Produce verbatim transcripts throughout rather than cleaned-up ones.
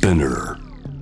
Spinner。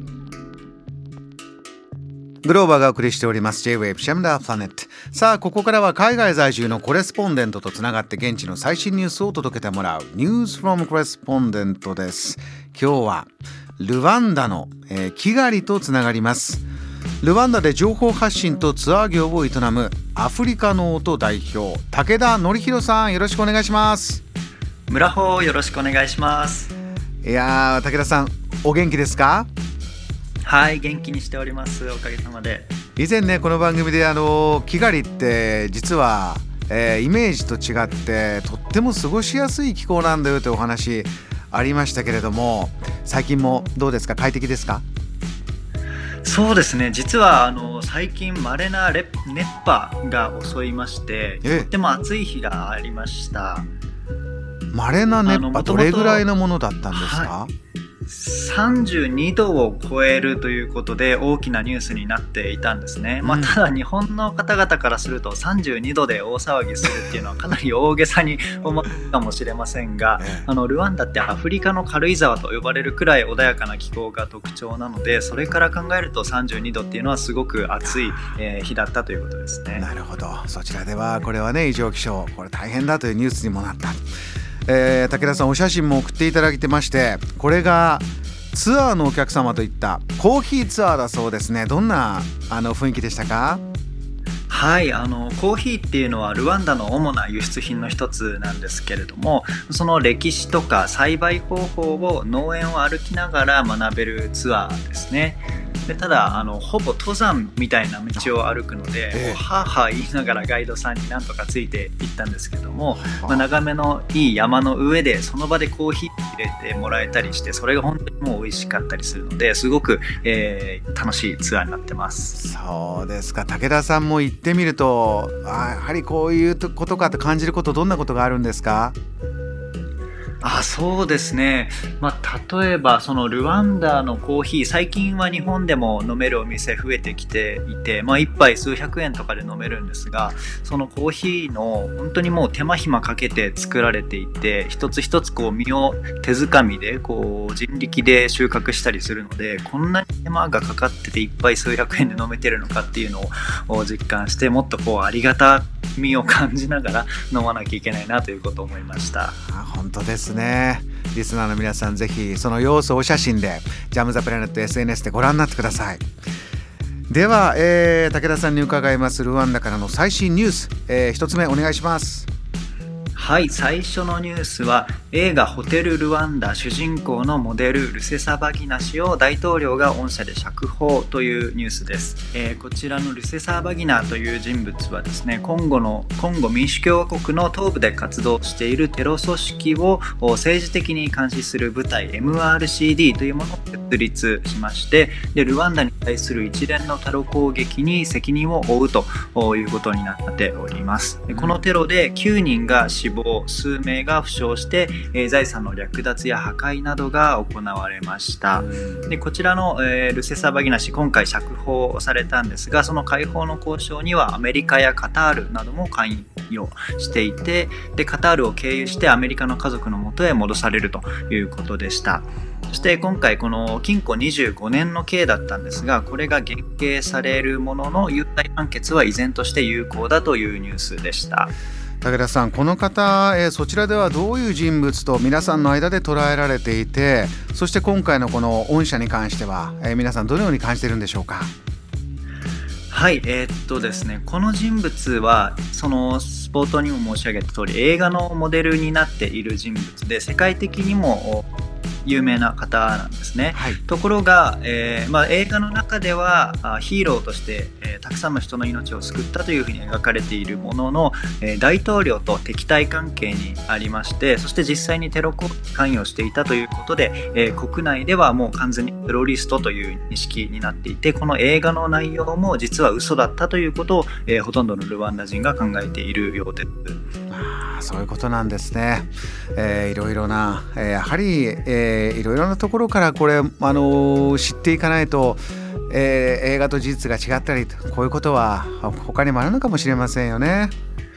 グローバーがお送りしております J-Wave シェムダープラネット。さあここからは海外在住のコレスポンデントとつながって現地の最新ニュースを届けてもらう News from コレスポンデントです。今日はルワンダの、えー、キガリとつながります。ルワンダで情報発信とツアー業を営むアフリカの音代表武田典弘さん、よろしくお願いします。 村穂よろしくお願いします。 いやー武田さんお元気ですか？ はい、元気にしております。おかげさまで。 以前ねこの番組であのキガリって実は、えー、イメージと違ってとっても過ごしやすい気候なんだよというお話ありましたけれども、最近もどうですか？快適ですか？ そうですね、実はあの最近稀な熱波が襲いまして、とっても暑い日がありました。 稀な熱波、どれぐらいのものだったんですか？はい、 さんじゅうにどを超えるということで大きなニュースになっていたんですね。まあ、ただ日本の方々からするとさんじゅうにどで大騒ぎするっていうのはかなり大げさに思うかもしれませんが、あのルワンダってアフリカの軽井沢と呼ばれるくらい穏やかな気候が特徴なので、それから考えるとさんじゅうにどっていうのはすごく暑い、えー、日だったということですね。 なるほど。そちらではこれはね異常気象、これ大変だというニュースにもなった。えー、武田さんお写真も送っていただいてまして、これがツアーのお客様といったコーヒーツアーだそうですね。どんなあの雰囲気でしたか？ はい、あのコーヒーっていうのはルワンダの主な輸出品の一つなんですけれども、その歴史とか栽培方法を農園を歩きながら学べるツアーですね。でただあのほぼ登山みたいな道を歩くので、ええ、はぁはぁ言いながらガイドさんになんとかついていったんですけども、まあ、眺めのいい山の上でその場でコーヒー入れてもらえたりして、それが本当にもう美味しかったりするので、すごく、えー、楽しいツアーになってます。 そうですか。武田さんも行ってみると、あやはりこういうことかと感じること、どんなことがあるんですか？ あそうですね、まあ、例えばそのルワンダのコーヒー、最近は日本でも飲めるお店増えてきていて、まあ、いっぱい数百円とかで飲めるんですが、そのコーヒーの本当にもう手間暇かけて作られていて、一つ一つこう実を手づかみでこう人力で収穫したりするので、こんなに手間がかかってていっぱい数百円で飲めてるのかっていうのを実感して、もっとこうありがたみを感じながら飲まなきゃいけないなということを思いました。 あ本当ですね。リスナーの皆さんぜひその様子をお写真でジャムザプラネット エスエヌエス でご覧になってください。では、えー、武田さんに伺いますルワンダからの最新ニュース、えー、一つ目お願いします。 はい、最初のニュースは映画ホテルルワンダ主人公のモデルルセサバギナ氏を大統領が恩赦で釈放というニュースです。えー、こちらのルセサバギナという人物はですね、コンゴのコンゴ民主共和国の東部で活動しているテロ組織を政治的に監視する部隊 エムアールシーディー というものを設立しまして、でルワンダに対する一連のテロ攻撃に責任を負うということになっております。でこのテロできゅうにんが死亡、数名が負傷して、えー、財産の略奪や破壊などが行われました。でこちらの、えー、ルセサバギナ氏今回釈放されたんですが、その解放の交渉にはアメリカやカタールなども関与していて、でカタールを経由してアメリカの家族の元へ戻されるということでした。そして今回この禁錮にじゅうごねんの刑だったんですが、これが減刑されるものの有罪判決は依然として有効だというニュースでした。 武田さん、この方、えー、そちらではどういう人物と皆さんの間で捉えられていて、そして今回のこの恩赦に関しては、えー、皆さんどのように感じているんでしょうか？ はい、えー、っとですね、この人物はその冒頭にも申し上げた通り映画のモデルになっている人物で、世界的にも有名な方なんですね。はい、ところが、えーまあ、映画の中ではヒーローとして、えー、たくさんの人の命を救ったというふうに描かれているものの、えー、大統領と敵対関係にありまして、そして実際にテロ行為に関与していたということで、えー、国内ではもう完全にテロリストという認識になっていて、この映画の内容も実は嘘だったということを、えー、ほとんどのルワンダ人が考えているようです。 あそういうことなんですね。えー、いろいろな、えー、やはり、えー、いろいろなところからこれ、あのー、知っていかないと、えー、映画と事実が違ったり、こういうことは他にもあるのかもしれませんよね。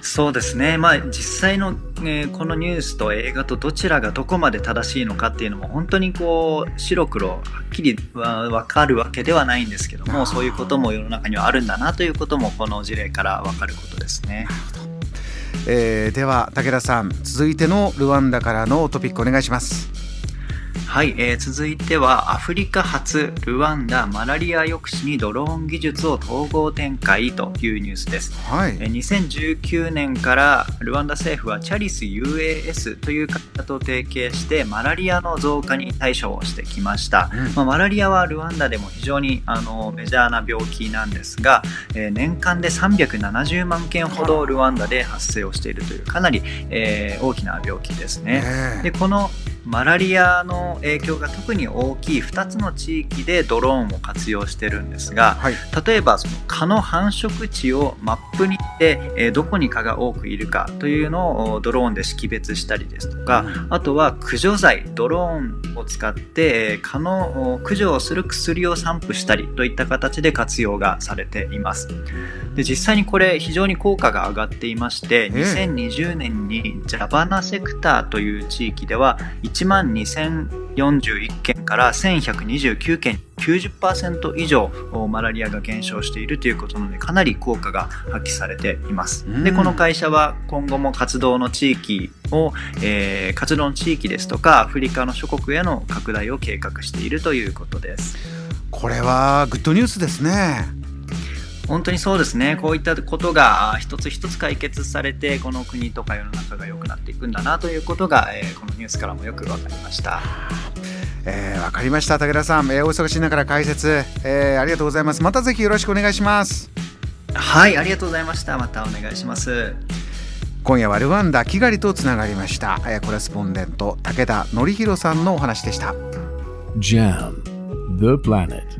そうですね、まあ、実際の、えーこのニュースと映画とどちらがどこまで正しいのかっていうのも本当にこう白黒はっきりは分かるわけではないんですけども、そういうことも世の中にはあるんだなということもこの事例から分かることですね。 えー、では武田さん、続いてのルワンダからのトピックお願いします。 はい、えー続いてはアフリカ初ルワンダマラリア抑止にドローン技術を統合展開というニュースです。 はい、 えーにせんじゅうきゅうねんからルワンダ政府はチャリス ユーエーエス という会社と提携してマラリアの増加に対処をしてきました。 うんまあ、マラリアはルワンダでも非常にあのメジャーな病気なんですが、えー年間でさんびゃくななじゅうまんけんほどルワンダで発生をしているというかなり、えー大きな病気ですね。 ねでこのマラリアの影響が特に大きいふたつの地域でドローンを活用してるんですが、 はい、 例えばその蚊の繁殖地をマップにしてえーどこに蚊が多くいるかというのをドローンで識別したりですとか、あとは駆除剤ドローンを使ってえー蚊のお駆除をする薬を散布したりといった形で活用がされています。で実際にこれ非常に効果が上がっていまして、にせんにじゅうねんにジャバナセクターという地域ではいちまんにせんよんじゅういっけんからせんひゃくにじゅうきゅうけん、きゅうじゅっパーセント以上マラリアが減少しているということなので、かなり効果が発揮されています。でこの会社は今後も活動の地域を、えー活動の地域ですとかアフリカの諸国への拡大を計画しているということです。 これはグッドニュースですね。 本当にそうですね。こういったことがあ一つ一つ解決されて、この国とか世の中が良くなっていくんだなということが、えーこのニュースからもよく分かりました。 えー、わかりました。武田さん、えーお忙しい中から解説、えーありがとうございます。またぜひよろしくお願いします。 はい、ありがとうございました。またお願いします。 今夜はルワンダ・キガリとつながりました、えーコレスポンデント武田典弘さんのお話でした。 ジャム The Planet